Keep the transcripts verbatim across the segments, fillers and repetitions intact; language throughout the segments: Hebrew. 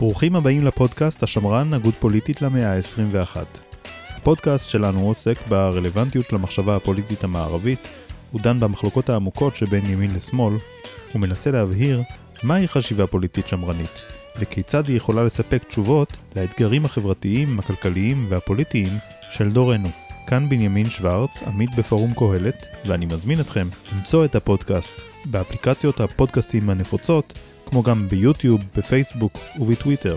ברוכים הבאים לפודקאסט השמרן, הגות פוליטית למאה ה-עשרים ואחת. הפודקאסט שלנו עוסק ברלוונטיות של המחשבה הפוליטית המערבית, הוא דן במחלוקות העמוקות שבין ימין לשמאל, ומנסה להבהיר מהי חשיבה פוליטית שמרנית, וכיצד היא יכולה לספק תשובות לאתגרים החברתיים, הכלכליים והפוליטיים של דורנו. כאן בנימין שוורץ, עמית בפורום קהלת, ואני מזמין אתכם למצוא את הפודקאסט באפליקציות הפודקאסטים הנפוצות, כמו גם ביוטיוב, בפייסבוק ובטוויטר.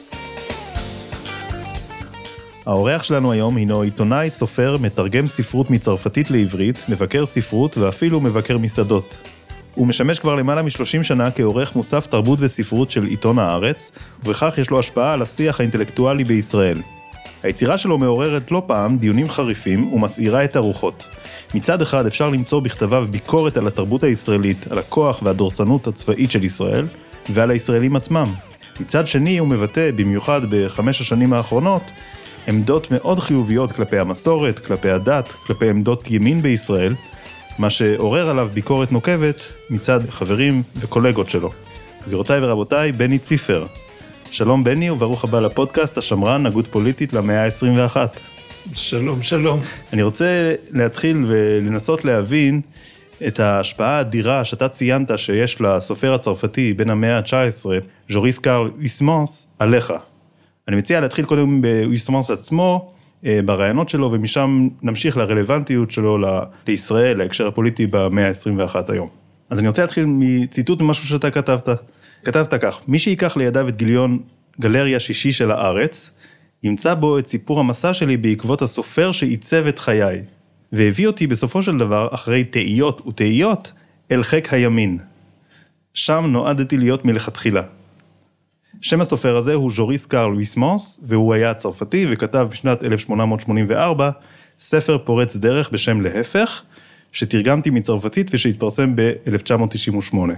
האורח שלנו היום הינו עיתונאי, סופר, מתרגם ספרות מצרפתית לעברית, מבקר ספרות ואפילו מבקר מסעדות. הוא משמש כבר למעלה מ-שלושים שנה כעורך מוסף תרבות וספרות של עיתון הארץ, ובכך יש לו השפעה על השיח האינטלקטואלי בישראל. היצירה שלו מעוררת לא פעם דיונים חריפים ומסעירה את הרוחות. מצד אחד אפשר למצוא בכתביו ביקורת על התרבות הישראלית, על הכוח והדורסנות הצבאית של ישראל, ועל הישראלים עצמם. מצד שני הוא מבטא, במיוחד בחמש השנים האחרונות, עמדות מאוד חיוביות כלפי המסורת, כלפי הדת, כלפי עמדות ימין בישראל, מה שעורר עליו ביקורת נוקבת מצד חברים וקולגות שלו. גבירותיי ורבותיי, בני ציפר. שלום בני וברוך הבא לפודקאסט השמרן, הגות פוליטית למאה ה-עשרים ואחת. שלום, שלום. אני רוצה להתחיל ולנסות להבין את ההשפעה האדירה שאתה ציינת שיש לסופר הצרפתי בין המאה ה-תשע עשרה, ז'וריס קארל הויסמנס, עליך. אני מציע להתחיל קודם בהויסמנס עצמו, ברעיונות שלו, ומשם נמשיך לרלוונטיות שלו לישראל, להקשר הפוליטי במאה ה-עשרים ואחת היום. אז אני רוצה להתחיל מציטוט ממשהו שאתה כתבת. כתבת כך, מי שיקח לידיו את גיליון גלריה שישי של הארץ, ימצא בו את סיפור המסע שלי בעקבות הסופר שעיצב את חיי, והביא אותי בסופו של דבר אחרי תאיות ותאיות אל חק הימין. שם נועדתי להיות מלכתחילה. שם הסופר הזה הוא ז'וריס קארל הויסמנס, והוא היה צרפתי וכתב בשנת אלף שמונה מאות שמונים וארבע ספר פורץ דרך בשם להפך, שתרגמתי מצרפתית ושהתפרסם ב-אלף תשע מאות תשעים ושמונה.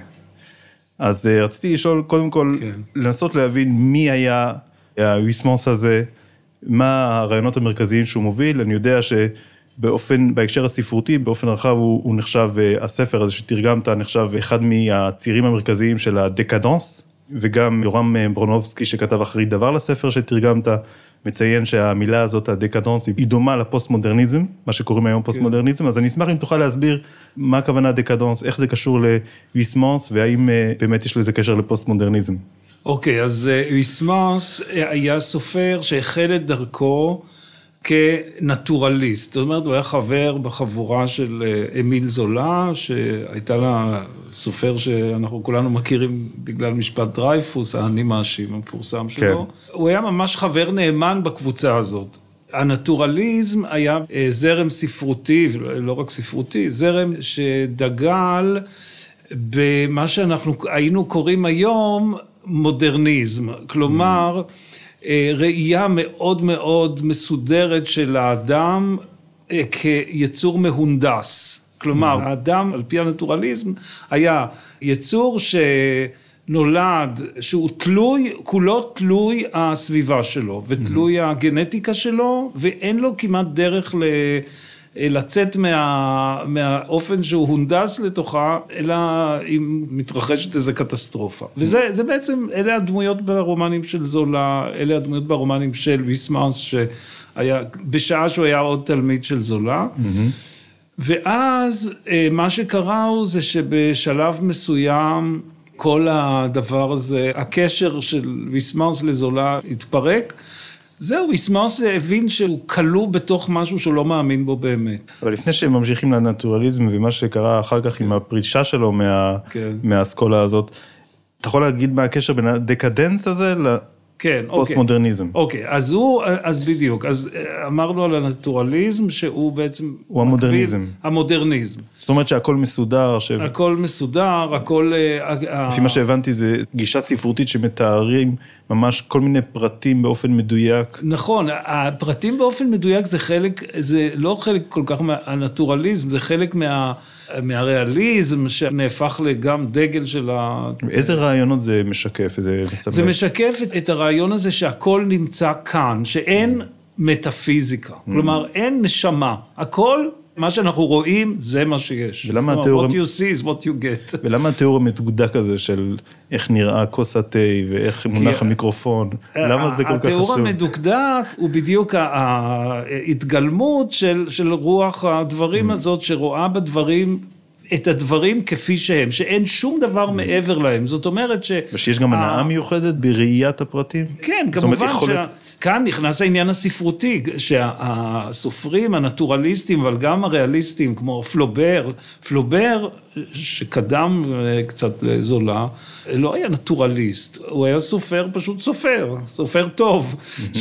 אז רציתי לשאול קודם כל, כן. לנסות להבין מי היה הויסמנס הזה, מה הרעיונות המרכזיים שהוא מוביל. אני יודע שבאופן, בהקשר הספרותי, באופן רחב הוא, הוא נחשב, הספר הזה שתרגמת נחשב אחד מהצירים המרכזיים של הדקדנס, וגם יורם ברונובסקי שכתב אחרי דבר לספר שתרגמת, מציין שהמילה הזאת, הדקדנס, היא דומה לפוסט-מודרניזם, מה שקוראים היום פוסט-מודרניזם, אז אני אשמח אם תוכל להסביר מה הכוונה דקדנס, איך זה קשור להויסמנס, והאם באמת יש לזה קשר לפוסט-מודרניזם. אוקיי, אז הויסמנס היה סופר שהחל את דרכו כנטורליסט, זאת אומרת, הוא היה חבר בחבורה של אמיל זולה, שהייתה לה סופר שאנחנו כולנו מכירים בגלל משפט דרייפוס, האני מאשים המפורסם שלו. כן. הוא היה ממש חבר נאמן בקבוצה הזאת. הנטורליזם היה זרם ספרותי, לא רק ספרותי, זרם שדגל במה שאנחנו היינו קוראים היום מודרניזם, כלומר, ראייה מאוד מאוד מסודרת של האדם כיצור מהונדס. כלומר, האדם, על פי הנטורליזם, היה יצור שנולד, שהוא תלוי, כולו תלוי הסביבה שלו, ותלוי הגנטיקה שלו, ואין לו כמעט דרך ל... לצאת מה, מהאופן שהוא הונדס לתוכה, אלא אם מתרחשת איזו קטסטרופה. וזה זה בעצם, אלה הדמויות ברומנים של זולה, אלה הדמויות ברומנים של הויסמנס, שהיה, בשעה שהוא היה עוד תלמיד של זולה. ואז מה שקרה הוא זה שבשלב מסוים, כל הדבר הזה, הקשר של הויסמנס לזולה התפרק, זהו, הויסמנס הבין שהוא כלוא בתוך משהו שהוא לא מאמין בו באמת. אבל לפני שהם ממשיכים לנטורליזם, ומה שקרה אחר כך עם הפרישה שלו מה, כן. מהאסכולה הזאת, אתה יכול להגיד מה הקשר בין הדקדנס הזה לפוסט-מודרניזם? אוקיי, אז הוא, אז בדיוק, אז אמרנו על הנטורליזם, שהוא בעצם... הוא המודרניזם. המודרניזם. זאת אומרת שהכל מסודר. ש... הכל מסודר, הכל... לפי מה שהבנתי זה גישה ספרותית שמתארים ממש כל מיני פרטים באופן מדויק. נכון, הפרטים באופן מדויק זה חלק, זה לא חלק כל כך מהנטורליזם, זה חלק מה... מהריאליזם שנהפך לגם דגל של ה... איזה רעיונות זה משקף? זה, זה משקף את, את הרעיון הזה שהכל נמצא כאן, שאין מטאפיזיקה, כלומר אין נשמה, הכל מה שאנחנו רואים, זה מה שיש. ולמה התיאור... What you see is what you get. ולמה התיאור המתוקדק הזה של איך נראה כוס התה ואיך מונח המיקרופון? למה זה כל כך חשוב? התיאור המדוקדק הוא בדיוק ההתגלמות של, של רוח הדברים הזאת, שרואה בדברים, את הדברים כפי שהם, שאין שום דבר מעבר להם. זאת אומרת ש... ושיש גם הנאה מיוחדת בראיית הפרטים? כן, כמובן שכאן נכנס העניין הספרותי, שהסופרים, הנטורליסטים, אבל גם הריאליסטים, כמו פלובר, פלובר, שקדם קצת זולה, לא היה נטורליסט, הוא היה סופר, פשוט סופר, סופר טוב,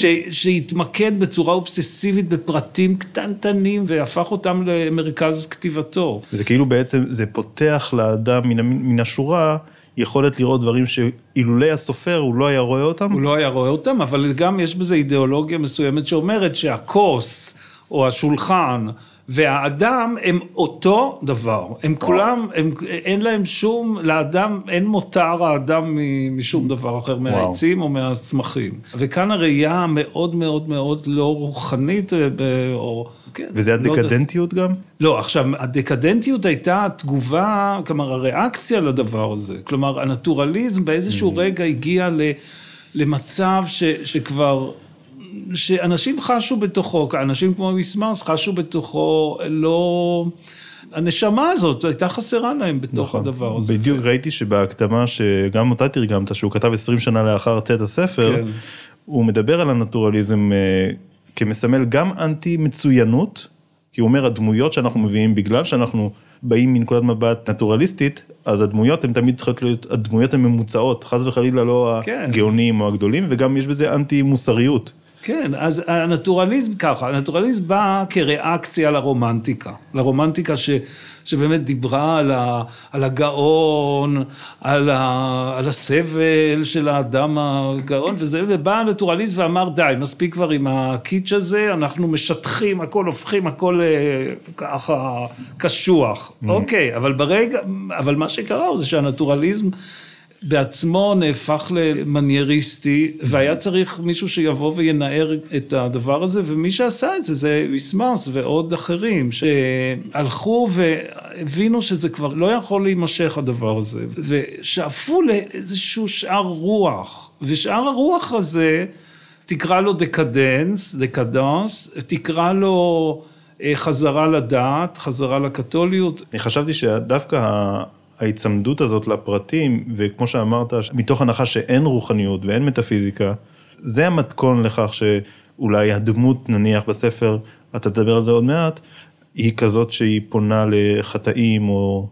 שהתמקד בצורה אובססיבית בפרטים קטנטנים, והפך אותם למרכז כתיבתו. זה כאילו בעצם, זה פותח לאדם מן השורה, יכולת לראות דברים שאילולי הסופר, הוא לא היה רואה אותם? הוא לא היה רואה אותם, אבל גם יש בזה אידיאולוגיה מסוימת שאומרת שהכוס או השולחן והאדם הם אותו דבר. הם כולם, הם, אין להם שום, לאדם, אין מותר האדם משום דבר אחר, מהעצים או מהצמחים. וכאן הראייה המאוד מאוד מאוד לא רוחנית, או... וזה הדקדנטיות גם? לא, עכשיו, הדקדנטיות הייתה תגובה, כלומר, הריאקציה לדבר הזה. כלומר, הנטורליזם באיזשהו רגע הגיע למצב שכבר... שאנשים חשו בתוכו, אנשים כמו ויסמאס חשו בתוכו, לא... הנשמה הזאת הייתה חסרה להם בתוך נכון. הדבר הזה. בדיוק ראיתי שבהקדמה שגם אותה תרגמת, שהוא כתב עשרים שנה לאחר צאת הספר, כן. הוא מדבר על הנטורליזם כמסמל גם אנטי מצוינות, כי הוא אומר הדמויות שאנחנו מביאים בגלל שאנחנו באים מנקודת מבט נטורליסטית, אז הדמויות הן תמיד צריכות להיות הדמויות הממוצעות, חס וחלילה לא כן. הגאונים או הגדולים, וגם יש בזה אנטי מוסריות. כן, אז הנטורליזם ככה, הנטורליזם בא כריאקציה לרומנטיקה, לרומנטיקה ש, שבאמת דיברה על, ה, על הגאון, על, ה, על הסבל של האדם הגאון וזה, ובא הנטורליזם ואמר די, מספיק כבר עם הקיץ' הזה, אנחנו משטחים, הכל הופכים, הכל ככה קשוח. Mm-hmm. אוקיי, אבל ברגע, אבל מה שקרה זה שהנטורליזם, בעצמו נהפך למנייריסטי, והיה צריך מישהו שיבוא וינער את הדבר הזה, ומי שעשה את זה, זה ויסמאס ועוד אחרים, שהלכו והבינו שזה כבר לא יכול להימשך הדבר הזה, ושאפו לאיזשהו שאר רוח, ושאר הרוח הזה, תקרא לו דקדנס, דקדנס, תקרא לו חזרה לדעת, חזרה לקתוליות. אני חשבתי שדווקא ה... ההצמדות הזאת לפרטים, וכמו שאמרת, מתוך הנחה שאין רוחניות ואין מטאפיזיקה, זה המתכון לכך שאולי הדמות נניח בספר, אתה תדבר על זה עוד מעט, היא כזאת שהיא פונה לחטאים או...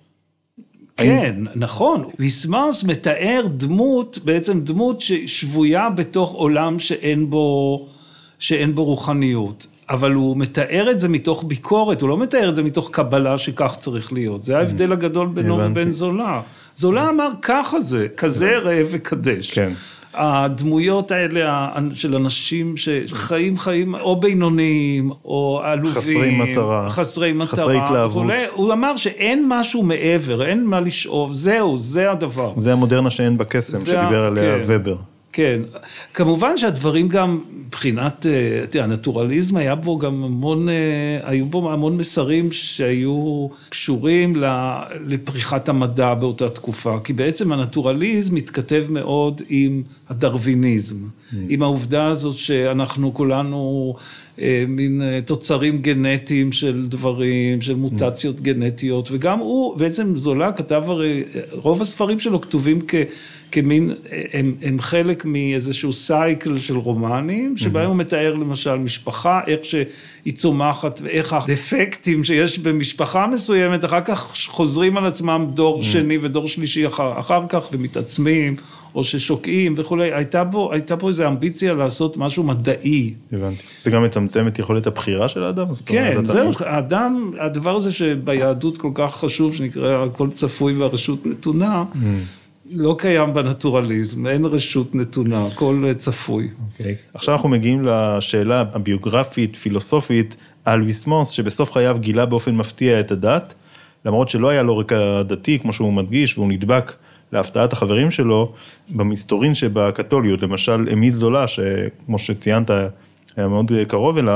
כן, נכון. ויסמאס מתאר דמות, בעצם דמות ששבויה בתוך עולם שאין בו, שאין בו רוחניות. אבל הוא מתאר את זה מתוך ביקורת, הוא לא מתאר את זה מתוך קבלה שכך צריך להיות. זה ההבדל הגדול בינו ובין זולה. זולה אמר ככה זה, כזה ראה וקדש. כן. הדמויות האלה של אנשים שחיים חיים או בינוניים, או עלובים. חסרי מטרה. חסרי מטרה. חסרי התלהבות. הוא אמר שאין משהו מעבר, אין מה לשאוב, זהו, זה הדבר. זה המודרנה שאין בקסם, שדיבר עליה ובר. כן, כמובן שהדברים גם, מבחינת, תראה, הנטורליזם היה בו גם המון, היו בו המון מסרים שהיו קשורים לפריחת המדע באותה תקופה, כי בעצם הנטורליזם מתכתב מאוד עם הדרוויניזם, עם העובדה הזאת שאנחנו כולנו מין תוצרים גנטיים של דברים, של מוטציות גנטיות, וגם הוא, בעצם זולה כתב הרי, רוב הספרים שלו כתובים כ... כמין, הם, הם חלק מאיזשהו סייקל של רומנים, שבהם הוא מתאר למשל משפחה, איך שהיא צומחת, ואיך הדפקטים שיש במשפחה מסוימת, אחר כך חוזרים על עצמם דור שני ודור שלישי אחר, אחר כך, ומתעצמים, או ששוקעים וכו'. הייתה בו, הייתה בו איזו אמביציה לעשות משהו מדעי. הבנתי. זה גם מצמצם את יכולת הבחירה של האדם? כן, זהו, האדם, הדבר הזה שביהדות כל כך חשוב, שנקרא הכל צפוי והרשות נתונה, לא קיים בנטורליזם, אין רשות נתונה, הכל צפוי. אוקיי. עכשיו אנחנו מגיעים לשאלה הביוגרפית, פילוסופית, על ויסמאס, שבסוף חייו גילה באופן מפתיע את הדת, למרות שלא היה לו רקע דתי, כמו שהוא מדגיש, והוא נדבק להפתעת החברים שלו, במסתורין שבקתוליות, למשל אמיל זולה, שכמו שציינת, היה מאוד קרוב אליו,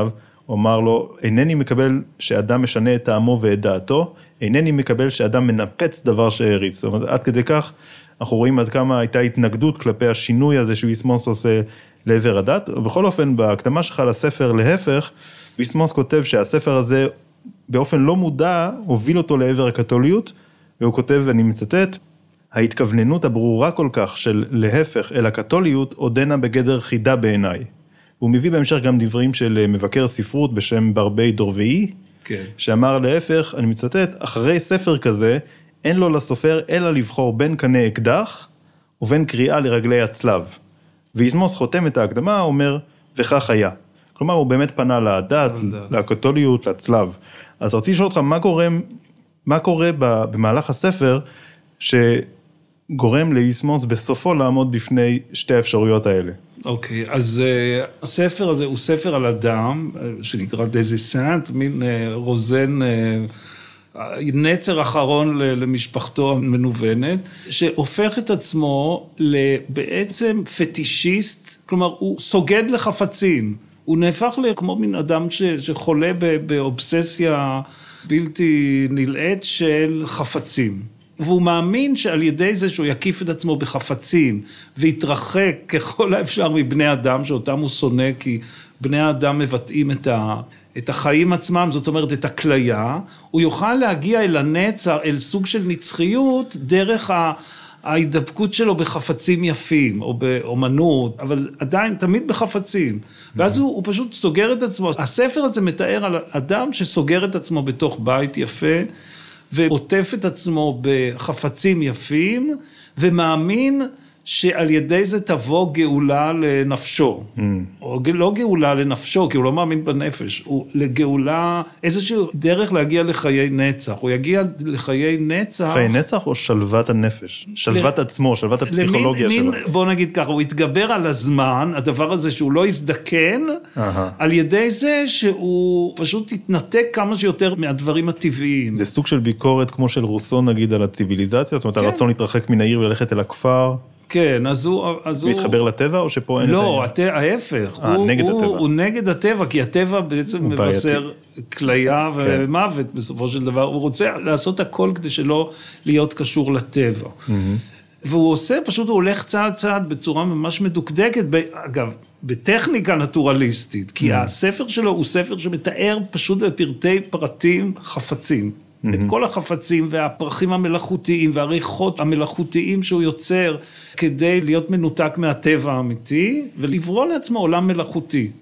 הוא אמר לו, אינני מקבל שאדם משנה את טעמו ואת דעתו, אינני מקבל שאדם מנפץ דבר שהריץ. זאת אומרת, עד כדי כך, אנחנו רואים עד כמה הייתה התנגדות כלפי השינוי הזה שוויסמוס עושה לעבר הדת. ובכל אופן, בהקדמה שלך לספר להפך, ויסמוס כותב שהספר הזה באופן לא מודע, הוביל אותו לעבר הקתוליות, והוא כותב, אני מצטט, ההתכווננות הברורה כל כך של להפך אל הקתוליות, עודנה בגדר חידה בעיניי. הוא מביא בהמשך גם דברים של מבקר ספרות בשם ברבי דורבעי, כן. שאמר להפך, אני מצטט, אחרי ספר כזה, אין לו לסופר אלא לבחור בין קנה אקדח, ובין קריאה לרגלי הצלב. ויסמוס חותם את ההקדמה, אומר, וכך היה. כלומר, הוא באמת פנה לדת, לקתוליות, לצלב. אז רציתי לשאול אותך, מה גורם, מה קורה במהלך הספר, שגורם ליסמוס בסופו לעמוד בפני שתי האפשרויות האלה? אוקיי, אז uh, הספר הזה הוא ספר על אדם, שנקרא דזיסנט, מין uh, רוזן, uh, נצר אחרון למשפחתו המנוונת, שהופך את עצמו לבעצם פטישיסט, כלומר הוא סוגד לחפצים, הוא נהפך כמו מין אדם ש, שחולה באובססיה בלתי נלעית של חפצים. והוא מאמין שעל ידי זה שהוא יקיף את עצמו בחפצים, ויתרחק ככל האפשר מבני אדם, שאותם הוא שונא, כי בני האדם מבטאים את, ה, את החיים עצמם, זאת אומרת את הכליה, הוא יוכל להגיע אל הנצר, אל סוג של נצחיות, דרך ה... ההידבקות שלו בחפצים יפים, או באומנות, אבל עדיין תמיד בחפצים. ואז הוא, הוא פשוט סוגר את עצמו. הספר הזה מתאר על אדם שסוגר את עצמו בתוך בית יפה, ועוטף את עצמו בחפצים יפים, ומאמין שעל ידי זה תבוא גאולה לנפשו. Mm. או לא גאולה לנפשו, כי הוא לא מאמין בנפש, הוא לגאולה, איזושהי דרך להגיע לחיי נצח. הוא יגיע לחיי נצח. חיי נצח או שלוות הנפש? שלוות ל... עצמו, שלוות הפסיכולוגיה למין, שלו. מין, בוא נגיד ככה, הוא יתגבר על הזמן, הדבר הזה שהוא לא יזדקן, uh-huh. על ידי זה שהוא פשוט יתנתק כמה שיותר מהדברים הטבעיים. זה סוג של ביקורת כמו של רוסו נגיד על הציביליזציה, זאת אומרת כן. הרצון להתרחק מן העיר וללכת אל הכפר. כן, אז הוא... אז הוא מתחבר לטבע או שפה אין לא, את העניין? לא, ההפך. אה, הוא, נגד הוא, הטבע. הוא נגד הטבע, כי הטבע בעצם מבשר כליה ומוות כן. בסופו של דבר. הוא רוצה לעשות הכל כדי שלא להיות קשור לטבע. Mm-hmm. והוא עושה, פשוט הוא הולך צעד צעד בצורה ממש מדוקדקת, אגב, בטכניקה נטורליסטית, כי mm-hmm. הספר שלו הוא ספר שמתאר פשוט בפרטי פרטים חפצים. את כל החפצים והפרחים המלאכותיים והריחות המלאכותיים שהוא יוצר כדי להיות מנותק מהטבע האמיתי ולברוא לעצמו עולם מלאכותי.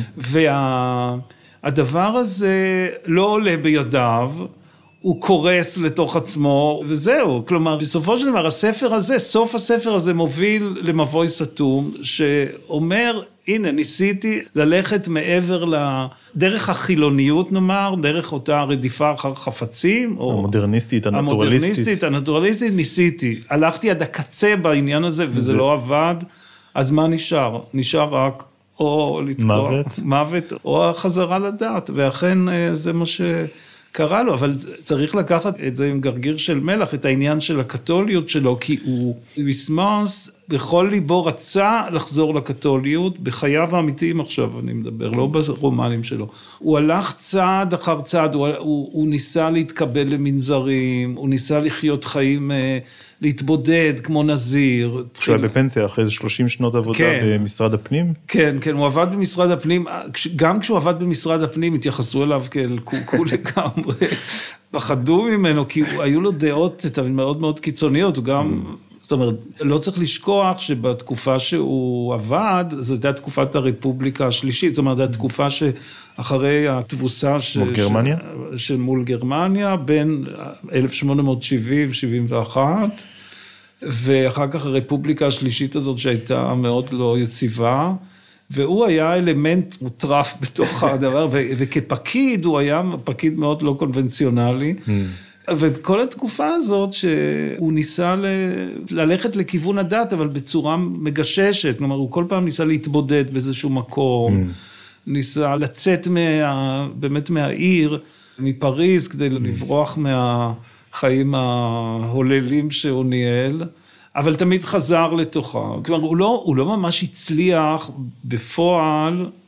והדבר הזה לא עולה בידיו, הוא קורס לתוך עצמו וזהו. כלומר, בסופו של דבר הספר הזה, סוף הספר הזה מוביל למבוי סתום שאומר, הנה, ניסיתי ללכת מעבר לדרך החילוניות, נאמר, דרך אותה רדיפה אחר חפצים. המודרניסטית, הנטורליסטית. המודרניסטית, הנטורליסטית, ניסיתי. הלכתי עד הקצה בעניין הזה, וזה לא עבד. אז מה נשאר? נשאר רק או לתקוע. מוות. מוות, או החזרה לדעת. ואכן זה מה ש... קרה לו, אבל צריך לקחת את זה עם גרגיר של מלח, את העניין של הקתוליות שלו, כי הוא, ויסמוס, בכל ליבו רצה לחזור לקתוליות, בחייו האמיתיים עכשיו אני מדבר, לא ברומנים שלו. הוא הלך צעד אחר צעד, הוא, הוא, הוא ניסה להתקבל למנזרים, הוא ניסה לחיות חיים, להתבודד כמו נזיר. כשהוא היה בפנסיה, אחרי איזה שלושים שנות עבודה כן. במשרד הפנים? כן, כן, הוא עבד במשרד הפנים, גם כשהוא עבד במשרד הפנים, התייחסו אליו כאל קוקו לגמרי, פחדו ממנו, כי היו לו דעות מאוד מאוד קיצוניות, הוא גם... זאת אומרת, לא צריך לשכוח שבתקופה שהוא עבד, זו הייתה תקופת הרפובליקה השלישית, זאת אומרת, התקופה שאחרי התבוסה ש... מול גרמניה? שמול גרמניה, בין אלף שמונה מאות שבעים שבעים ואחת, ואחר כך הרפובליקה השלישית הזאת שהייתה מאוד לא יציבה, והוא היה אלמנט מוטרף בתוך הדבר, ו... וכפקיד הוא היה פקיד מאוד לא קונבנציונלי, וכל התקופה הזאת שהוא ניסה ל... ללכת לכיוון הדת, אבל בצורה מגששת, כלומר, הוא כל פעם ניסה להתבודד באיזשהו מקום, mm. ניסה לצאת מה... באמת מהעיר, מפריז, כדי לברוח מהחיים ההוללים שהוא ניהל, אבל תמיד חזר לתוכה. כלומר, הוא לא, הוא לא ממש הצליח בפועל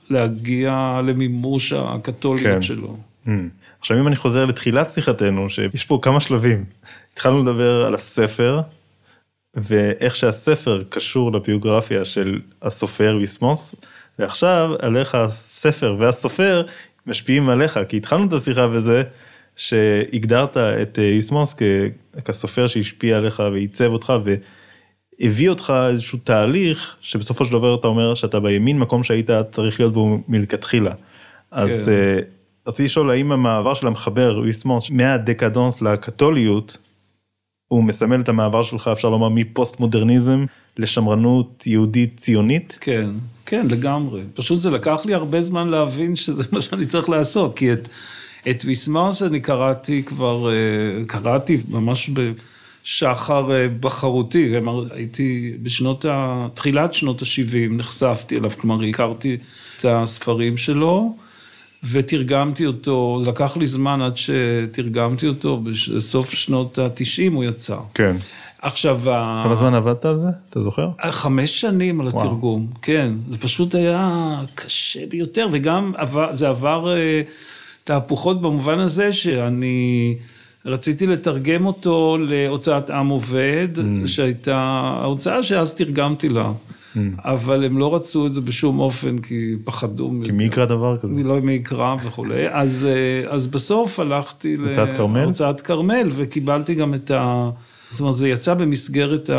להגיע למימוש הקתוליות כן. שלו. Mm. עכשיו אם אני חוזר לתחילת שיחתנו, שיש פה כמה שלבים, התחלנו לדבר על הספר, ואיך שהספר קשור לביוגרפיה של הסופר ויסמוס, ועכשיו עליך הספר והסופר משפיעים עליך, כי התחלנו את השיחה בזה, שהגדרת את ויסמוס כסופר שהשפיע עליך וייצב אותך, והביא אותך איזשהו תהליך, שבסופו של דבר אתה אומר שאתה בימין מקום שהיית צריך להיות בו מלכתחילה. אז כן. רציתי לשאול, האם המעבר של המחבר ויסמוס מהדקדנס לקתוליות, הוא מסמל את המעבר שלך, אפשר לומר, מפוסט מודרניזם לשמרנות יהודית ציונית? כן, כן, לגמרי. פשוט זה לקח לי הרבה זמן להבין שזה מה שאני צריך לעשות, כי את, את ויסמוס אני קראתי כבר, קראתי ממש בשחר בחרותי, הייתי בשנות, תחילת שנות ה-שבעים, נחשפתי אליו, כלומר, הכרתי את הספרים שלו, ותרגמתי אותו, זה לקח לי זמן עד שתרגמתי אותו, בסוף שנות ה-תשעים הוא יצא. כן. עכשיו... כמה זמן עבדת על זה? אתה זוכר? חמש שנים על התרגום, וואו. כן. זה פשוט היה קשה ביותר, וגם עבר, זה עבר תהפוכות במובן הזה, שאני רציתי לתרגם אותו להוצאת עם עובד, mm. שהייתה ההוצאה שאז תרגמתי לה. אבל הם לא רצו את זה בשום אופן, כי פחדו. כי מי יקרא דבר כזה? לא מי יקרא וכו'. אז, אז בסוף הלכתי הוצאת כרמל? להוצאת כרמל, וקיבלתי גם את ה... זאת אומרת, זה יצא במסגרת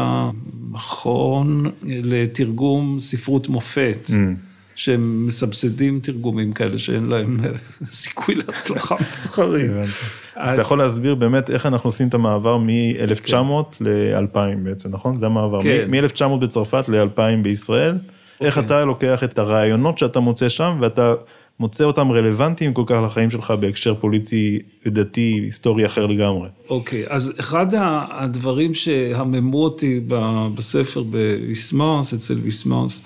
המכון לתרגום ספרות מופת, mm. שהם מסבסדים תרגומים כאלה שאין להם סיכוי להצלחה מסחרית. אז אתה יכול להסביר באמת איך אנחנו עושים את המעבר מ-אלף תשע מאות ל-אלפיים בעצם, נכון? זה המעבר. מ-אלף תשע מאות בצרפת ל-אלפיים בישראל. איך אתה לוקח את הרעיונות שאתה מוצא שם, ואתה מוצא אותם רלוונטיים כל כך לחיים שלך בהקשר פוליטי, דתי, היסטורי אחר לגמרי. אוקיי, אז אחד הדברים שהממו אותי בספר בוויסמוס, אצל ויסמוס,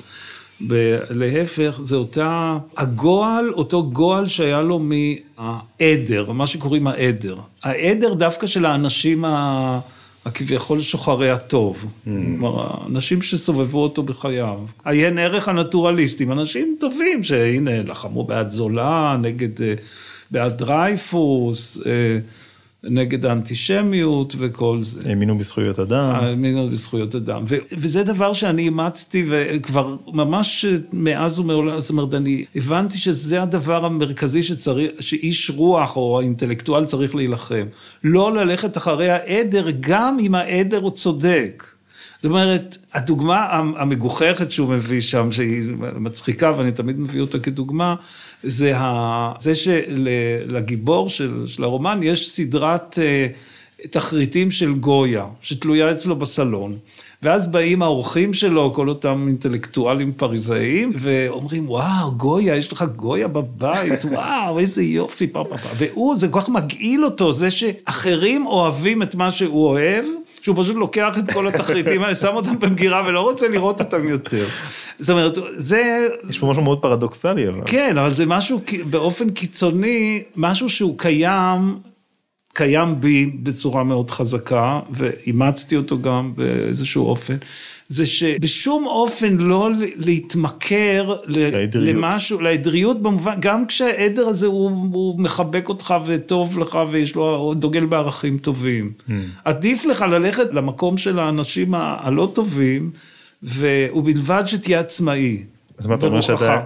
להפך, זה אותה, הגועל, אותו גועל שהיה לו מהעדר, מה שקוראים העדר. העדר דווקא של האנשים הכביכול שוחרי הטוב. כלומר, האנשים שסובבו אותו בחייו. עיין ערך הנטורליסטים, אנשים טובים שהנה, לחמו בעד זולה, נגד, בעד דרייפוס, נגד האנטישמיות וכל זה. האמינו בזכויות אדם. האמינו בזכויות אדם. ו- וזה דבר שאני אימצתי, וכבר ממש מאז ומעולם, זאת אומרת, אני הבנתי שזה הדבר המרכזי שצריך, שאיש רוח או האינטלקטואל צריך להילחם. לא ללכת אחרי העדר, גם אם העדר הוא צודק. זאת אומרת, הדוגמה המגוחכת שהוא מביא שם, שהיא מצחיקה, ואני תמיד מביא אותה כדוגמה, זה, ה... זה שלגיבור של, של הרומן יש סדרת uh, תחריטים של גויה, שתלויה אצלו בסלון, ואז באים האורחים שלו, כל אותם אינטלקטואלים פריזאיים, ואומרים, וואו, גויה, יש לך גויה בבית, וואו, איזה יופי, פא, פא, פא. והוא, זה כל כך מגעיל אותו, זה שאחרים אוהבים את מה שהוא אוהב, שהוא פשוט לוקח את כל התחריטים האלה, שם אותם במגירה, ולא רוצה לראות אותם יותר. זאת אומרת, זה... יש פה משהו מאוד פרדוקסלי, אבל... כן, אבל זה משהו באופן קיצוני, משהו שהוא קיים, קיים בי בצורה מאוד חזקה, ואימצתי אותו גם באיזשהו אופן, זה שבשום אופן לא להתמכר למשהו, לעדריות במובן, גם כשהעדר הזה הוא, הוא מחבק אותך וטוב לך ויש לו דוגל בערכים טובים. Hmm. עדיף לך ללכת למקום של האנשים הלא טובים, ובלבד שתהיה עצמאי. אז מה אתה אומר שאתה,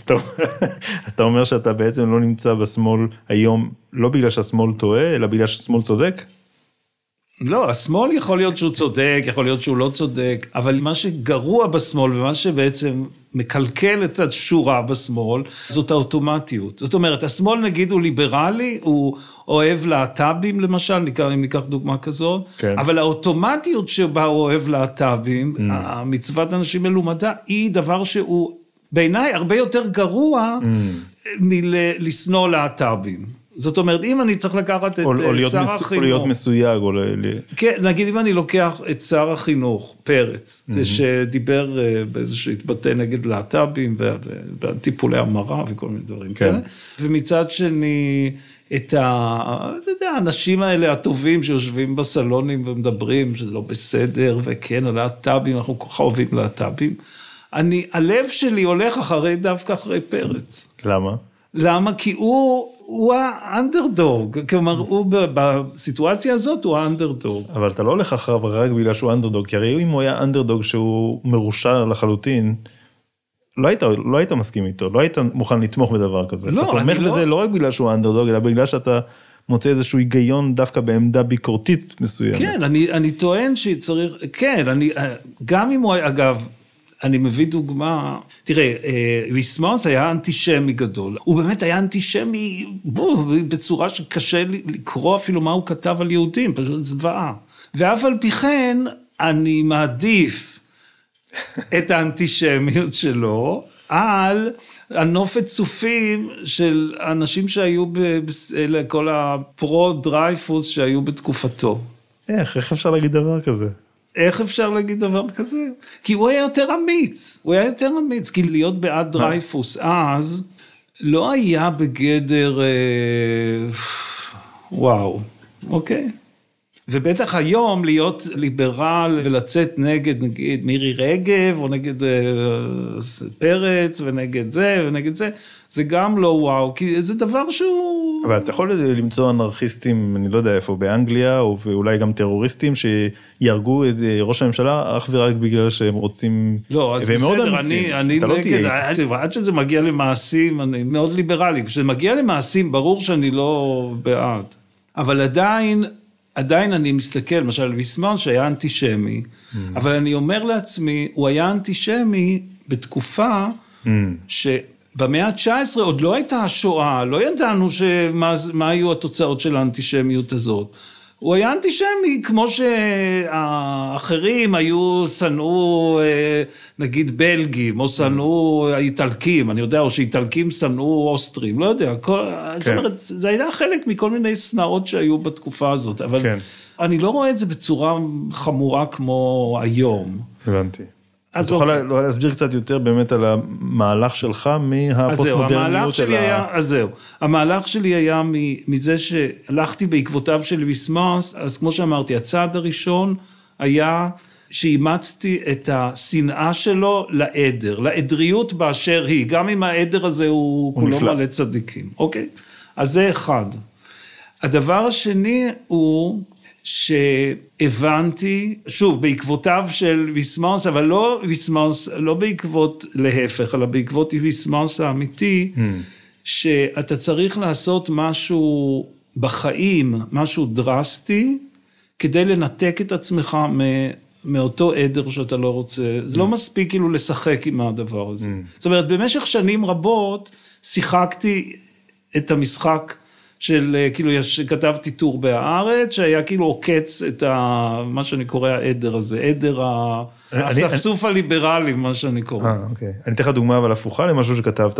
אתה אומר שאתה בעצם לא נמצא בשמאל היום, לא בגלל שהשמאל טועה, אלא בגלל שהשמאל צודק? לא, השמאל יכול להיות שהוא צודק, יכול להיות שהוא לא צודק, אבל מה שגרוע בשמאל, ומה שבעצם מקלקל את השורה בשמאל, זאת האוטומטיות. זאת אומרת, השמאל נגיד הוא ליברלי, הוא אוהב להט"בים למשל, אם ניקח דוגמה כזאת, כן. אבל האוטומטיות שבה הוא אוהב להט"בים, mm. המצוות אנשים מלומדה, היא דבר שהוא בעיניי הרבה יותר גרוע mm. מלשנוא להט"בים. זאת אומרת, אם אני צריך לקחת את או, או שר מס... החינוך... או להיות מסויג, או ל... כן, נגיד אם אני לוקח את שר החינוך, פרץ, mm-hmm. שדיבר באיזשהו התבטא נגד להט"בים, וטיפולי המרה וכל מיני דברים כן. כאלה, ומצד שני, את ה... אתה יודע, האנשים האלה הטובים שיושבים בסלונים ומדברים, שזה לא בסדר, וכן, הלהט"בים, אנחנו כל כך אוהבים להט"בים, אני, הלב שלי הולך אחרי דווקא אחרי פרץ. למה? למה? כי הוא, הוא האנדרדוג, כלומר, הוא בסיטואציה הזאת הוא האנדרדוג. אבל אתה לא הולך אחריו רק בגלל שהוא אנדרדוג, כי הרי אם הוא היה אנדרדוג שהוא מרושע לחלוטין, לא היית, לא היית מסכים איתו, לא היית מוכן לתמוך בדבר כזה. לא, אתה תומך בזה לא... לא רק בגלל שהוא אנדרדוג, אלא בגלל שאתה מוצא איזשהו היגיון דווקא בעמדה ביקורתית מסוימת. כן, אני, אני טוען שצריך, כן, אני, גם אם הוא, אגב, אני מביא דוגמה, תראה, ויסמוס היה אנטישמי גדול, הוא באמת היה אנטישמי בצורה שקשה לקרוא אפילו מה הוא כתב על יהודים, פשוט זוועה. ואף על פי כן, אני מעדיף את האנטישמיות שלו, על הנופת צופים של אנשים שהיו לכל הפרו דרייפוס שהיו בתקופתו. איך, איך אפשר להגיד דבר כזה? איך אפשר להגיד דבר כזה? כי הוא היה יותר אמיץ, הוא היה יותר אמיץ, כי להיות בעד דרייפוס אז, לא היה בגדר, וואו, אוקיי. ובטח היום להיות ליברל ולצאת נגד, נגיד, מירי רגב, או נגד פרץ, ונגד זה, ונגד זה, זה גם לא וואו, כי זה דבר שהוא... אבל אתה יכול למצוא אנרכיסטים, אני לא יודע איפה, באנגליה, או אולי גם טרוריסטים, שירגו את ראש הממשלה, אך ורק בגלל שהם רוצים... לא, אז בסדר, אני, אני נגד, עד שזה מגיע למעשים, אני מאוד ליברלי, כשזה מגיע למעשים, ברור שאני לא בעד, אבל עדיין... עדיין אני מסתכל, למשל, על ויסמוס שהיה אנטישמי, mm. אבל אני אומר לעצמי, הוא היה אנטישמי בתקופה mm. שבמאה ה-תשע עשרה עוד לא הייתה השואה, לא ידענו שמה, מה היו התוצאות של האנטישמיות הזאת. הוא היה אנטישמי כמו שהאחרים היו, שנאו נגיד בלגים, או שנאו איטלקים, אני יודע, או שאיטלקים שנאו אוסטרים, לא יודע, כל, כן. זאת אומרת, זה היה חלק מכל מיני סנאות שהיו בתקופה הזאת, אבל כן. אני לא רואה את זה בצורה חמורה כמו היום. הבנתי. אתה יכול אוקיי. להסביר קצת יותר באמת על המהלך שלך מהפוסט-מודרניות של ה... אז זהו, המהלך שלי היה מזה שהלכתי בעקבותיו של ויסמוס, אז כמו שאמרתי, הצעד הראשון היה שאימצתי את השנאה שלו לעדר, לעדריות באשר היא, גם אם העדר הזה הוא, הוא כולו מלא צדיקים, אוקיי? אז זה אחד. הדבר השני הוא... שהבנתי, שוב, בעקבותיו של ויסמוס, אבל לא ויסמוס, לא בעקבות להפך, אלא בעקבות ויסמוס האמיתי, mm. שאתה צריך לעשות משהו בחיים, משהו דרסטי, כדי לנתק את עצמך מאותו עדר שאתה לא רוצה. זה mm. לא מספיק כאילו לשחק עם הדבר הזה. Mm. זאת אומרת, במשך שנים רבות, שיחקתי את המשחק, של כאילו כתבתי טור בהארץ, שהיה כאילו עוקץ את ה, מה שאני קורא העדר הזה, עדר הספסוף הליברלי, מה שאני קורא. אה, אוקיי. אני אתן לך דוגמה אבל הפוכה למשהו שכתבת,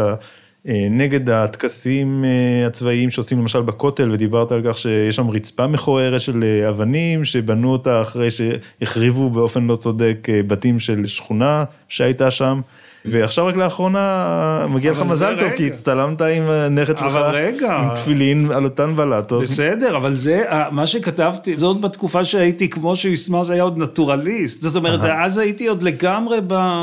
נגד הטקסים הצבאיים שעושים למשל בכותל, ודיברת על כך שיש שם רצפה מכוערת של אבנים, שבנו אותה אחרי שהחריבו באופן לא צודק בתים של שכונה שהייתה שם, ועכשיו רק לאחרונה מגיע לך מזל טוב, כי הצטלמת עם הנכד שלך, עם תפילין על אותן בלטות. בסדר, אבל זה, מה שכתבתי, זה עוד בתקופה שהייתי, כמו שיסמוס היה עוד נטורליסט, זאת אומרת, אז הייתי עוד לגמרי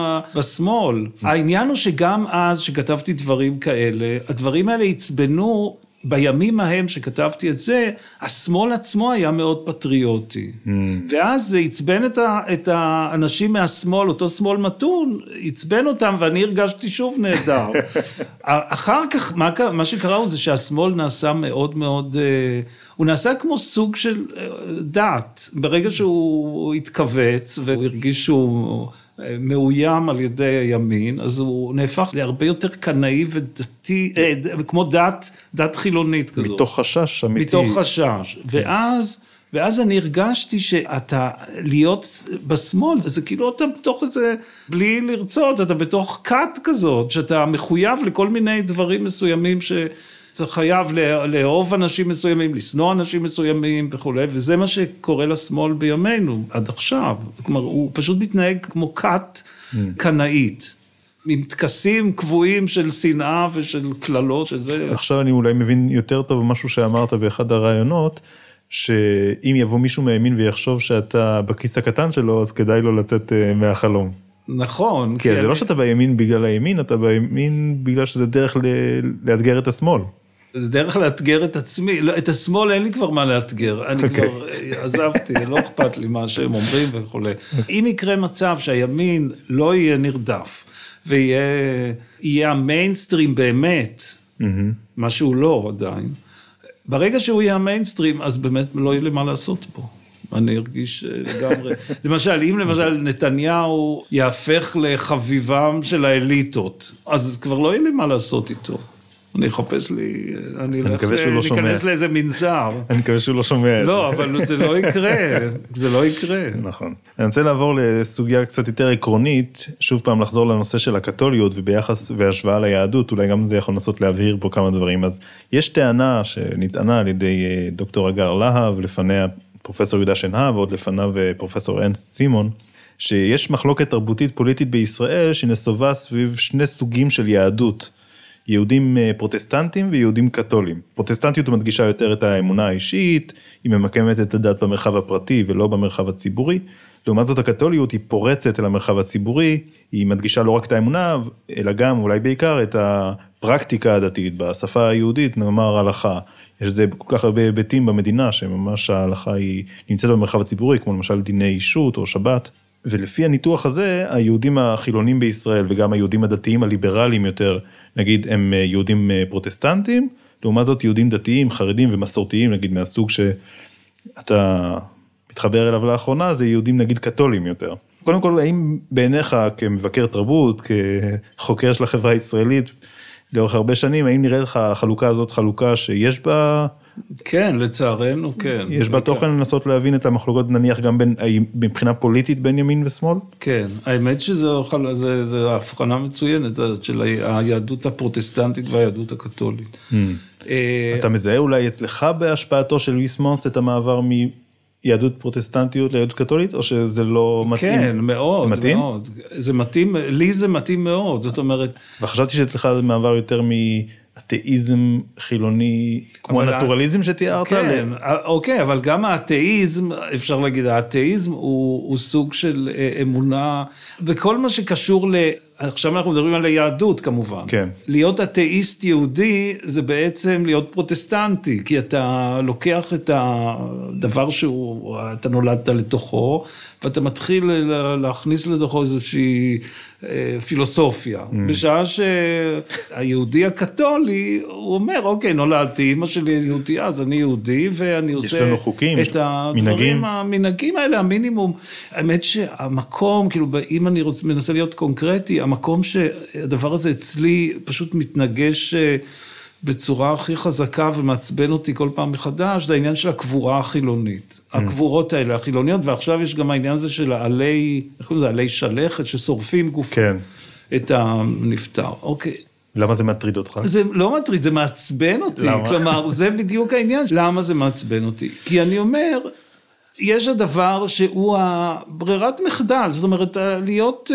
בשמאל. העניין הוא שגם אז שכתבתי דברים כאלה, הדברים האלה הצבנו, בימים ההם שכתבתי את זה, השמאל עצמו היה מאוד פטריוטי. Mm. ואז זה הצבן את, ה, את האנשים מהשמאל, אותו שמאל מתון, הצבן אותם, ואני הרגשתי שוב נהדר. אחר כך, מה, מה שקרה הוא זה שהשמאל נעשה מאוד מאוד, הוא נעשה כמו סוג של דת. ברגע שהוא התכווץ, והוא הרגיש שהוא... מאוים על ידי הימין, אז הוא נהפך להרבה יותר קנאי ודתי, כמו דת, דת חילונית כזאת. מתוך חשש אמיתי. מתוך חשש. ואז, ואז אני הרגשתי שאתה, להיות בשמאל, זה כאילו אתה בתוך איזה, בלי לרצות, אתה בתוך קאט כזאת, שאתה מחויב לכל מיני דברים מסוימים ש... אתה חייב לאהוב אנשים מסוימים, לשנוא אנשים מסוימים וכו', וזה מה שקורה לשמאל בימינו, עד עכשיו. כלומר, הוא פשוט מתנהג כמו כת קנאית, עם תקסים קבועים של שנאה ושל כללות, שזה... עכשיו אני אולי מבין יותר טוב משהו שאמרת באחד הרעיונות, שאם יבוא מישהו מהימין ויחשוב שאתה בכיס הקטן שלו, אז כדאי לו לצאת מהחלום. נכון. כי זה לא שאתה בימין בגלל הימין, אתה בימין בגלל שזה דרך לאתגר את השמאל. זה דרך לאתגר את עצמי, את השמאל אין לי כבר מה לאתגר, אני כבר עזבתי, לא אכפת לי מה שהם אומרים וכו'. אם יקרה מצב שהימין לא יהיה נרדף, ויהיה המיינסטרים באמת, מה שהוא לא עדיין, ברגע שהוא יהיה המיינסטרים, אז באמת לא יהיה לי מה לעשות פה. אני ארגיש לגמרי. למשל, אם למשל נתניהו יהפך לחביבם של האליטות, אז כבר לא יהיה לי מה לעשות איתו. אני אחפש לי, אני אכנס לאיזה מנזר. אני מקווה שהוא לא שומע. לא, אבל זה לא יקרה, זה לא יקרה. נכון. אני רוצה לעבור לסוגיה קצת יותר עקרונית, שוב פעם לחזור לנושא של הקתוליות וביחס והשוואה ליהדות, אולי גם זה יכול לנסות להבהיר פה כמה דברים. אז יש טענה שנטענה על ידי דוקטור אגר להב, לפניה פרופסור יהודה שנהב, ועוד לפניו פרופסור ארנסט סימון, שיש מחלוקת תרבותית פוליטית בישראל, שנסובה סביב שני סוגים של יהדות, יהודים פרוטסטנטים ויהודים קתולים. פרוטסטנטיות מדגישה יותר את האמונה האישית, היא ממקמת את הדת במרחב הפרטי ולא במרחב הציבורי. לעומת זאת הקתוליות היא פורצת אל המרחב הציבורי, היא מדגישה לא רק את האמונה, אלא גם אולי בעיקר את הפרקטיקה הדתית, בשפה היהודית נאמר הלכה. יש זה כל כך הרבה היבטים במדינה, שממש ההלכה היא נמצאת במרחב הציבורי, כמו למשל דיני אישות או שבת. ולפי הניתוח הזה, היהודים החילונים בישראל וגם היהודים הדתיים הליברליים יותר, נגיד הם יהודים פרוטסטנטים, לעומת זאת יהודים דתיים, חרדים ומסורתיים, נגיד מהסוג שאתה מתחבר אליו לאחרונה, זה יהודים נגיד קתולים יותר. קודם כל, האם בעיניך כמבקר תרבות, כחוקר של החברה הישראלית, לאורך הרבה שנים, האם נראה לך החלוקה הזאת חלוקה שיש בה... כן, לצערנו, כן. יש בה תוכן לנסות להבין את המחלוקות, נניח גם בין, מבחינה פוליטית בין ימין ושמאל? כן, האמת שזו הבחנה מצוינת של היהדות הפרוטסטנטית והיהדות הקתולית. אתה מזהה אולי אצלך בהשפעתו של ויסמונס את המעבר מיהדות פרוטסטנטיות ליהדות קתולית, או שזה לא מתאים? כן, מאוד, מתאים? מאוד. זה מתאים, לי זה מתאים מאוד, זאת אומרת... וחשבתי שאצלך זה מעבר יותר מ... אתאיזם חילוני, כמו הנטורליזם שתיארת? כן, אוקיי, אבל גם האתאיזם, אפשר להגיד, האתאיזם הוא, הוא סוג של אמונה, וכל מה שקשור ל... עכשיו אנחנו מדברים על היהדות כמובן. כן. להיות אתאיסט יהודי זה בעצם להיות פרוטסטנטי, כי אתה לוקח את הדבר שהוא, אתה נולדת לתוכו, ואתה מתחיל להכניס לתוכו איזושהי פילוסופיה. Mm. בשעה שהיהודי הקתולי, הוא אומר, אוקיי, נולדתי, אמא שלי יהודייה, אז אני יהודי, ואני עושה חוקים, את הדברים, מנהגים. המנהגים האלה, המינימום. האמת שהמקום, כאילו, אם אני רוצה, מנסה להיות קונקרטי, המקום שהדבר הזה אצלי פשוט מתנגש בצורה הכי חזקה ומעצבן אותי כל פעם מחדש, זה העניין של הקבורה החילונית. Mm. הקבורות האלה, החילוניות, ועכשיו יש גם העניין הזה של העלי, איך קוראים לזה, עלי שלכת, ששורפים גוף כן. את הנפטר. אוקיי. למה זה מטריד אותך? זה לא מטריד, זה מעצבן אותי. למה? כלומר, זה בדיוק העניין. למה זה מעצבן אותי? כי אני אומר, יש הדבר שהוא הברירת מחדל, זאת אומרת, להיות...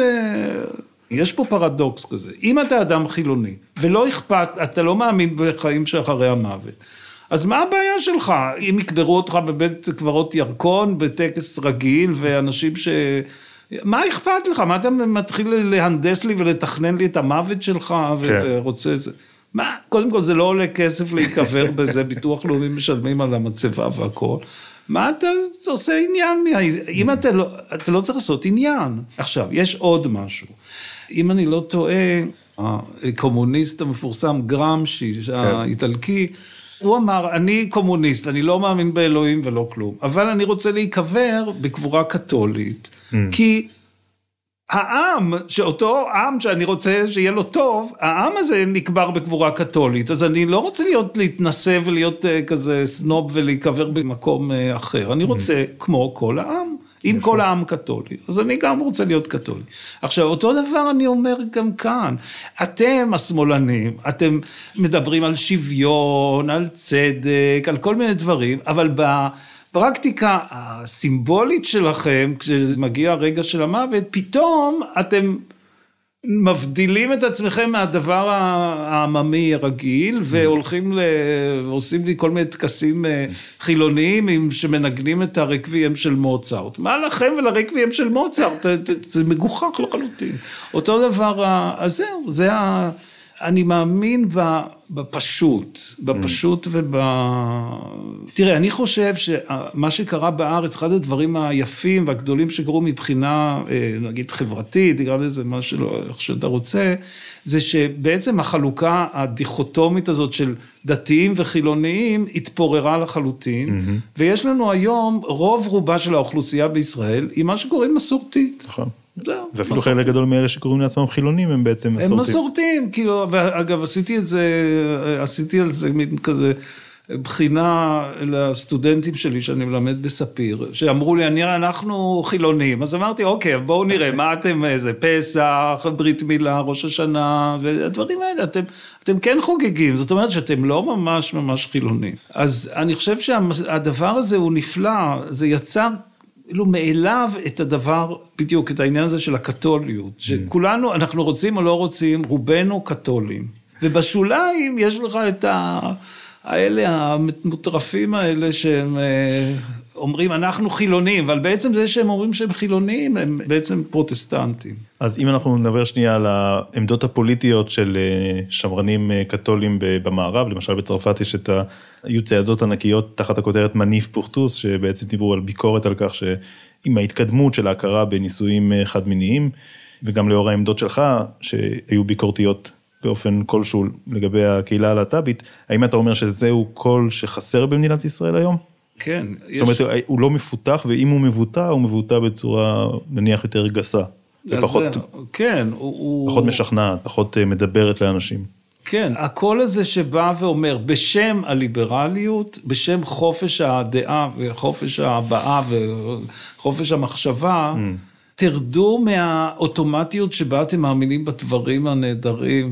יש פה פרדוקס כזה, אם אתה אדם חילוני, ולא אכפת, אתה לא מאמין בחיים שאחרי המוות, אז מה הבעיה שלך? אם יקברו אותך בבית קברות ירקון, בטקס רגיל, ואנשים ש... מה אכפת לך? מה אתה מתחיל להנדס לי ולתכנן לי את המוות שלך, כן. ורוצה זה? מה? קודם כל זה לא עולה כסף להיקבר בזה, ביטוח לאומי משלמים על המצבה והכל. מה אתה עושה עניין? אם אתה לא, אתה לא צריך לעשות עניין. עכשיו, יש עוד משהו. אם אני לא טועה, הקומוניסט המפורסם גרמשי, האיטלקי, הוא אמר, אני קומוניסט, אני לא מאמין באלוהים ולא כלום, אבל אני רוצה להיקבר בקבורה קתולית, כי העם, שאותו עם שאני רוצה שיהיה לו טוב, העם הזה נקבר בקבורה קתולית, אז אני לא רוצה להיות, להתנסה ולהיות כזה סנוב ולהיקבר במקום אחר, אני רוצה כמו כל העם, עם כל העם קתולי, אז אני גם רוצה להיות קתולי. עכשיו, אותו דבר אני אומר גם כאן, אתם השמאלנים, אתם מדברים על שוויון, על צדק, על כל מיני דברים, אבל בפרקטיקה הסימבולית שלכם, כשמגיע הרגע של המוות, פתאום אתם מבדילים את עצמכם מהדבר העממי הרגיל, והולכים ל... ועושים לי כל מיני טקסים חילוניים, שמנגנים את הרקוויאם של מוצרט. מה לכם ולרקוויאם של מוצרט? זה מגוחך לחלוטין. אותו דבר, אז זהו, זה ה... אני מאמין בפשוט, בפשוט וב... תראה, אני חושב שמה שקרה בארץ, אחד הדברים היפים והגדולים שקרו מבחינה, נגיד, חברתית, נקרא לזה מה שלא, איך שאתה רוצה, זה שבעצם החלוקה הדיכוטומית הזאת של דתיים וחילוניים התפוררה לחלוטין, mm-hmm. ויש לנו היום רוב רובה של האוכלוסייה בישראל, היא מה שקוראים מסורתית. נכון. ואפילו חלק גדול מאלה שקוראים לעצמם חילונים, הם בעצם מסורתיים. הם מסורתיים, כאילו, ואגב, עשיתי את זה, עשיתי על זה מין כזה בחינה לסטודנטים שלי, שאני מלמד בספיר, שאמרו לי, אני, אנחנו חילונים, אז אמרתי, אוקיי, בואו נראה, מה אתם, איזה פסח, ברית מילה, ראש השנה, והדברים האלה, אתם, אתם כן חוגגים, זאת אומרת שאתם לא ממש ממש חילונים. אז אני חושב שהדבר הזה הוא נפלא, זה יצר, כאילו מאליו את הדבר, בדיוק את העניין הזה של הקתוליות, שכולנו, אנחנו רוצים או לא רוצים, רובנו קתולים, ובשוליים יש לך את ה... האלה המוטרפים האלה שהם אומרים אנחנו חילונים, אבל בעצם זה שהם אומרים שהם חילונים, הם בעצם פרוטסטנטים. אז אם אנחנו נדבר שנייה על העמדות הפוליטיות של שמרנים קתולים במערב, למשל בצרפת יש את היו צעדות ענקיות תחת הכותרת מניף פורטוס, שבעצם דיברו על ביקורת על כך שעם ההתקדמות של ההכרה בנישואים חד מיניים, וגם לאור העמדות שלך שהיו ביקורתיות באופן כלשהו לגבי הקהילה הלהט"בית, האם אתה אומר שזהו קול שחסר במדינת ישראל היום? כן. זאת אומרת, הוא לא מפותח, ואם הוא מבוטא, הוא מבוטא בצורה נניח יותר גסה. ופחות, כן. פחות משכנעת, פחות מדברת לאנשים. כן, הקול הזה שבא ואומר, בשם הליברליות, בשם חופש הדעה וחופש ההבעה וחופש המחשבה, תרדו מהאוטומטיות שבה אתם מאמינים בדברים הנהדרים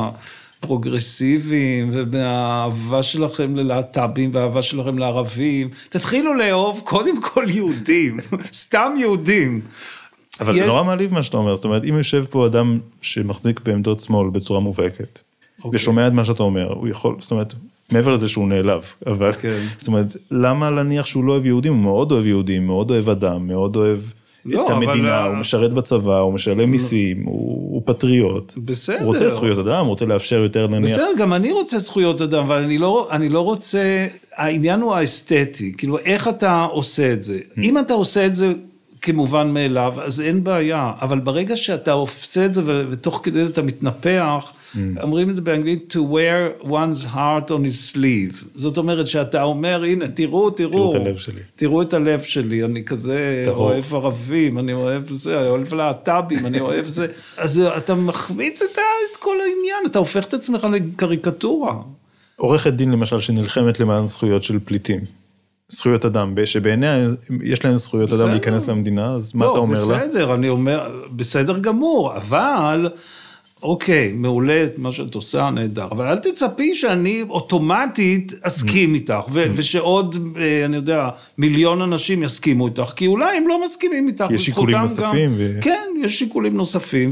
והפרוגרסיביים, ומהאהבה שלכם ללהט"בים והאהבה שלכם לערבים. תתחילו לאהוב קודם כל יהודים, סתם יהודים. אבל זה נורא מעליב מה שאתה אומר, זאת אומרת, אם יושב פה אדם שמחזיק בעמדות שמאל בצורה מובהקת, ושומע את מה שאתה אומר, הוא יכול, זאת אומרת, מעבר לזה שהוא נעלב, אבל, זאת אומרת, למה להניח שהוא לא אוהב יהודים? הוא מאוד אוהב יהודים, מאוד אוהב אדם, מאוד אוהב לא, את המדינה, אבל... הוא משרת בצבא, הוא משלם מיסים, לא. הוא, הוא פטריוט. בסדר. הוא רוצה זכויות אדם, הוא רוצה לאפשר יותר נניח. בסדר, גם אני רוצה זכויות אדם, אבל אני לא, אני לא רוצה, העניין הוא האסתטי, כאילו איך אתה עושה את זה. אם אתה עושה את זה כמובן מאליו, אז אין בעיה, אבל ברגע שאתה עושה את זה, ותוך כדי זה אתה מתנפח, אומרים את זה באנגלית, to wear one's heart on his sleeve. זאת אומרת שאתה אומר, הנה, תראו, תראו. תראו את הלב שלי. תראו את הלב שלי, אני כזה אוהב ערבים, אני אוהב זה, אני אוהב להט"בים, אני אוהב זה. אז אתה מחמיץ את כל העניין, אתה הופך את עצמך לקריקטורה. עורכת דין למשל שנלחמת למען זכויות של פליטים. זכויות אדם, שבעיניה יש להם זכויות אדם להיכנס למדינה, אז מה אתה אומר לה? לא, בסדר, אני אומר, בסדר גמור, אבל... אוקיי, מעולה את מה שאת עושה, נהדר, אבל אל תצפי שאני אוטומטית אסכים איתך, ושעוד, אני יודע, מיליון אנשים יסכימו איתך, כי אולי הם לא מסכימים איתך. כי יש שיקולים נוספים. כן, יש שיקולים נוספים.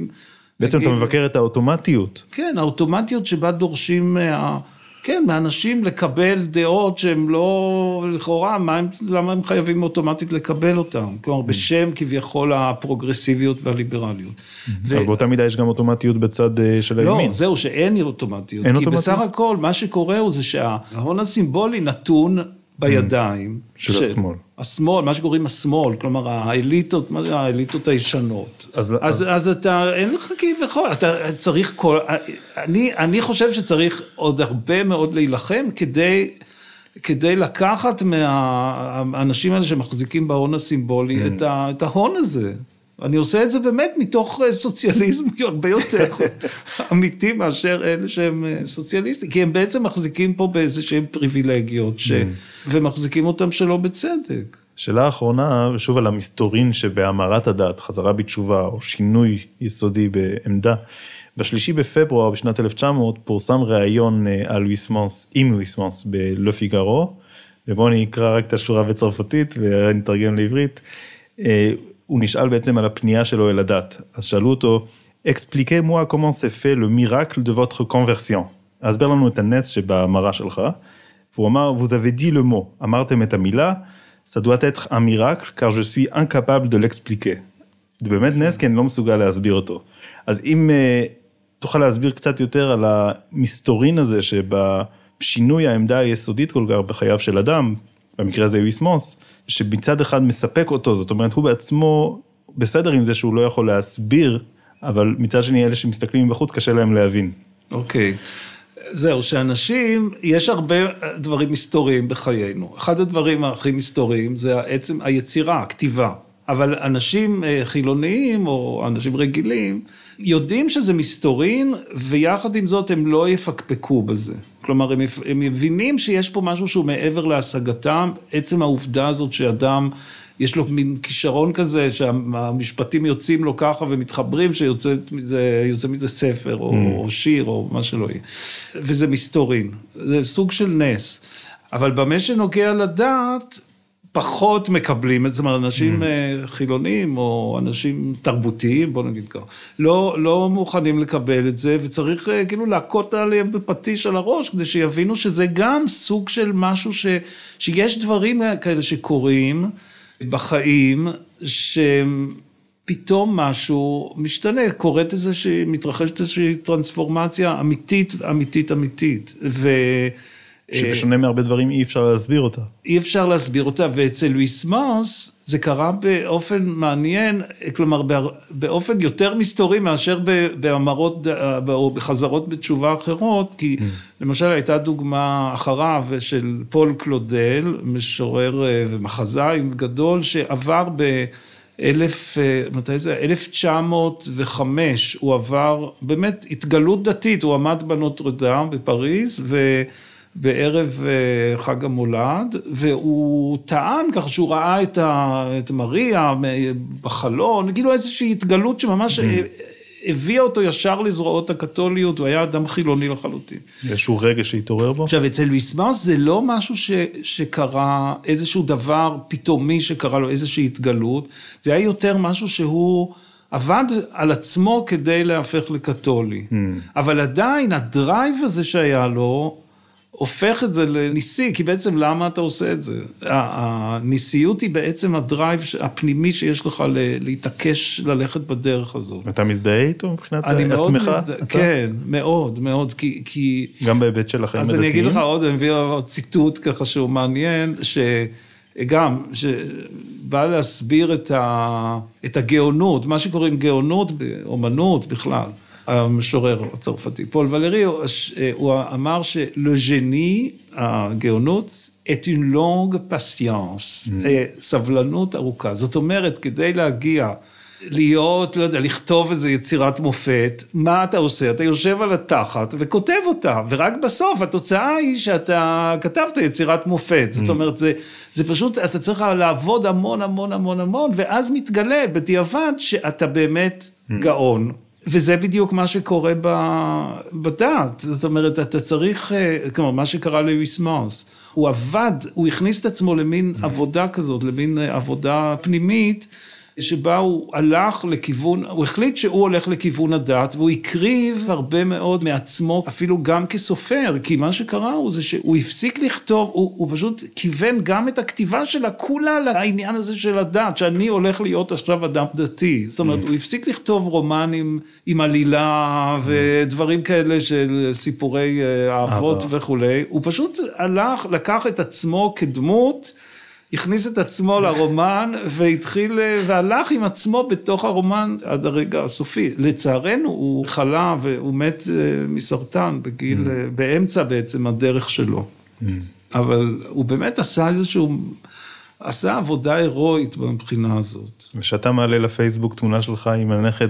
בעצם אתה מבקר את האוטומטיות. כן, האוטומטיות שבה דורשים מה... כן, מאנשים לקבל דעות שהם לא, לכאורה, למה הם חייבים אוטומטית לקבל אותם? כלומר, בשם כביכול הפרוגרסיביות והליברליות. אבל באותה מידה יש גם אוטומטיות בצד של הימין. לא, זהו, שאין אוטומטיות. כי בסך הכל, מה שקורה הוא זה שההון הסימבולי נתון בידיים. של השמאל. השמאל, מה שקוראים השמאל, כלומר, האליטות, האליטות הישנות. אז אתה, אין לך כביכול, אתה צריך כל, אני חושב שצריך עוד הרבה מאוד להילחם, כדי, כדי לקחת מהאנשים האלה שמחזיקים בהון הסימבולי, את ההון הזה. אני עושה את זה באמת מתוך סוציאליזם הרבה יותר אמיתי מאשר אלה שהם סוציאליסטים, כי הם בעצם מחזיקים פה באיזה שהם פריבילגיות, ש... ומחזיקים אותם שלא בצדק. שאלה האחרונה, שוב על המסתורין שבהמרת הדת, חזרה בתשובה או שינוי יסודי בעמדה, בשלישי בפברואר בשנת אלף תשע מאות פורסם ראיון על ויסמנס, עם ויסמנס בלו פיגארו, ובואו אני אקרא רק את השורה בצרפתית ונתרגם לעברית, הוא נשאל בעצם על הפנייה שלו אל הדת, אז שאלו אותו, expliquez-moi comment s'est fait le miracle de votre conversion. הסבר לנו את הנס שבמראה שלך, והוא אמר, vous avez dit le mot, אמרתם את המילה, ça doit être un miracle, car je suis incapable de l'expliquer. זה באמת נס, כי אני לא מסוגל להסביר אותו. אז אם תוכל להסביר קצת יותר על המסתורין הזה, שבשינוי העמדה היסודית כל כך בחייו של אדם, במקרה הזה ויסמוס, שמצד אחד מספק אותו, זאת אומרת, הוא בעצמו בסדר עם זה שהוא לא יכול להסביר, אבל מצד שני, אלה שמסתכלים בחוץ, קשה להם להבין. אוקיי. זהו, שאנשים, יש הרבה דברים מסתוריים בחיינו. אחד הדברים הכי מסתוריים זה עצם היצירה, הכתיבה. אבל אנשים חילוניים או אנשים רגילים, יודעים שזה מסתורין, ויחד עם זאת הם לא יפקפקו בזה. כלומר, הם, הם מבינים שיש פה משהו שהוא מעבר להשגתם, עצם העובדה הזאת שאדם, יש לו מין כישרון כזה, שהמשפטים יוצאים לו ככה ומתחברים, שיוצא מזה, יוצא מזה ספר או, mm. או שיר או מה שלא יהיה. וזה מסתורין, זה סוג של נס. אבל במה שנוגע לדעת, פחות מקבלים, זאת אומרת, אנשים mm. חילונים או אנשים תרבותיים, בוא נגיד ככה, לא, לא מוכנים לקבל את זה, וצריך כאילו להכות עליהם בפטיש על הראש, כדי שיבינו שזה גם סוג של משהו ש, שיש דברים כאלה שקורים בחיים, שפתאום משהו משתנה, קורית איזה שמתרחשת איזושהי טרנספורמציה אמיתית, אמיתית, אמיתית, ו... שבשונה מהרבה דברים אי אפשר להסביר אותה. אי אפשר להסביר אותה, ואצל ויסמוס זה קרה באופן מעניין, כלומר באופן יותר מסתורי מאשר באמרות או בחזרות בתשובה אחרות, כי למשל הייתה דוגמה אחריו של פול קלודל, משורר ומחזאי גדול, שעבר באלף, מתי זה? אלף תשע מאות וחמש, הוא עבר באמת התגלות דתית, הוא עמד בנוטרדאם בפריז, ו... בערב חג המולד, והוא טען כך שהוא ראה את, ה, את מריה בחלון, כאילו איזושהי התגלות שממש הביאה אותו ישר לזרועות הקתוליות, הוא היה אדם חילוני לחלוטין. איזשהו רגע שהתעורר בו? עכשיו, אצל ויסמוס זה לא משהו ש, שקרה, איזשהו דבר פתאומי שקרה לו איזושהי התגלות, זה היה יותר משהו שהוא עבד על עצמו כדי להפך לקתולי. אבל עדיין הדרייב הזה שהיה לו, הופך את זה לניסי, כי בעצם למה אתה עושה את זה? הניסיות היא בעצם הדרייב הפנימי שיש לך להתעקש ללכת בדרך הזאת. אתה מזדהה איתו מבחינת עצמך? כן, מאוד, מאוד, כי... גם בהיבט של החיים הדתיים? אז אני אגיד לך עוד, אני מביא עוד ציטוט ככה שהוא מעניין, שגם, שבא להסביר את הגאונות, מה שקוראים גאונות באומנות בכלל, המשורר הצרפתי, פול ולרי, הוא אמר שלו ג'ני, הגאונות, est une longue patience, סבלנות ארוכה. זאת אומרת, כדי להגיע, להיות, לא יודע, לכתוב איזו יצירת מופת, מה אתה עושה? אתה יושב על התחת וכותב אותה, ורק בסוף התוצאה היא שאתה כתבת יצירת מופת. זאת אומרת, זה, זה פשוט, אתה צריך לעבוד המון המון המון המון, ואז מתגלה בדיעבד שאתה באמת גאון. וזה בדיוק מה שקורה בדת, זאת אומרת, אתה צריך, כמו מה שקרה לויסמוס, הוא עבד, הוא הכניס את עצמו למין עבודה כזאת, למין עבודה פנימית, שבה הוא הלך לכיוון, הוא החליט שהוא הולך לכיוון הדת, והוא הקריב הרבה מאוד מעצמו, אפילו גם כסופר, כי מה שקרה הוא זה שהוא הפסיק לכתוב, הוא, הוא פשוט כיוון גם את הכתיבה שלה, כולה לעניין הזה של הדת, שאני הולך להיות עכשיו אדם דתי, זאת אומרת, הוא הפסיק לכתוב רומנים עם עלילה, ודברים כאלה של סיפורי אהבות וכו', הוא פשוט הלך, לקח את עצמו כדמות, הכניס את עצמו לרומן, והתחיל, והלך עם עצמו בתוך הרומן עד הרגע הסופי. לצערנו, הוא חלה והוא מת מסרטן בגיל, באמצע בעצם הדרך שלו. אבל הוא באמת עשה איזשהו, עשה עבודה הירואית מבחינה הזאת. ושאתה מעלה לפייסבוק תמונה שלך עם הנכד,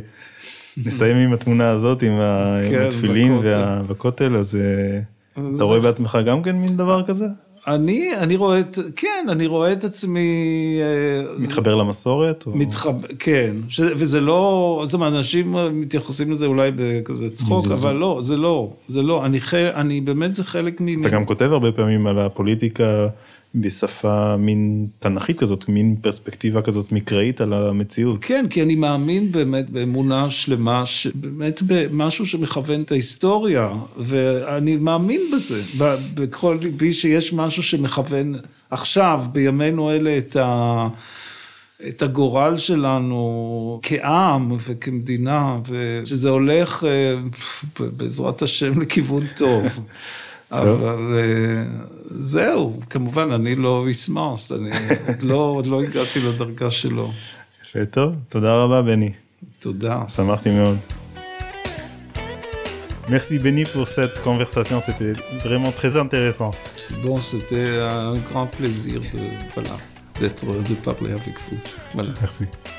נסיים עם התמונה הזאת, עם התפילין והכותל, אז אתה רואה בעצמך גם כן מין דבר כזה? אני, אני רואה את, כן, אני רואה את עצמי... מתחבר למסורת? או... מתחבר, כן, ש, וזה לא, זאת אומרת, אנשים מתייחסים לזה אולי בכזה צחוק, אבל לא, זה לא, זה לא, אני, אני באמת זה חלק מ... אתה גם כותב הרבה פעמים על הפוליטיקה בשפה מין תנכית כזאת, מין פרספקטיבה כזאת מקראית על המציאות. כן, כי אני מאמין באמת באמונה שלמה, באמת במשהו שמכוון את ההיסטוריה, ואני מאמין בזה, בכל ליבי שיש משהו שמכוון עכשיו, בימינו אלה, את ה... את הגורל שלנו כעם וכמדינה, ושזה הולך בעזרת השם לכיוון טוב. אבל זהו, כמובן, אני לא איסמאס, אני עוד לא הגעתי לדרגה שלו. יפה, טוב, תודה רבה, בני. תודה. שמחתי מאוד. Merci Benny pour cette conversation, c'était vraiment très intéressant. Bon, c'était un grand plaisir de, voilà, d'être, de parler avec vous. Voilà. Merci.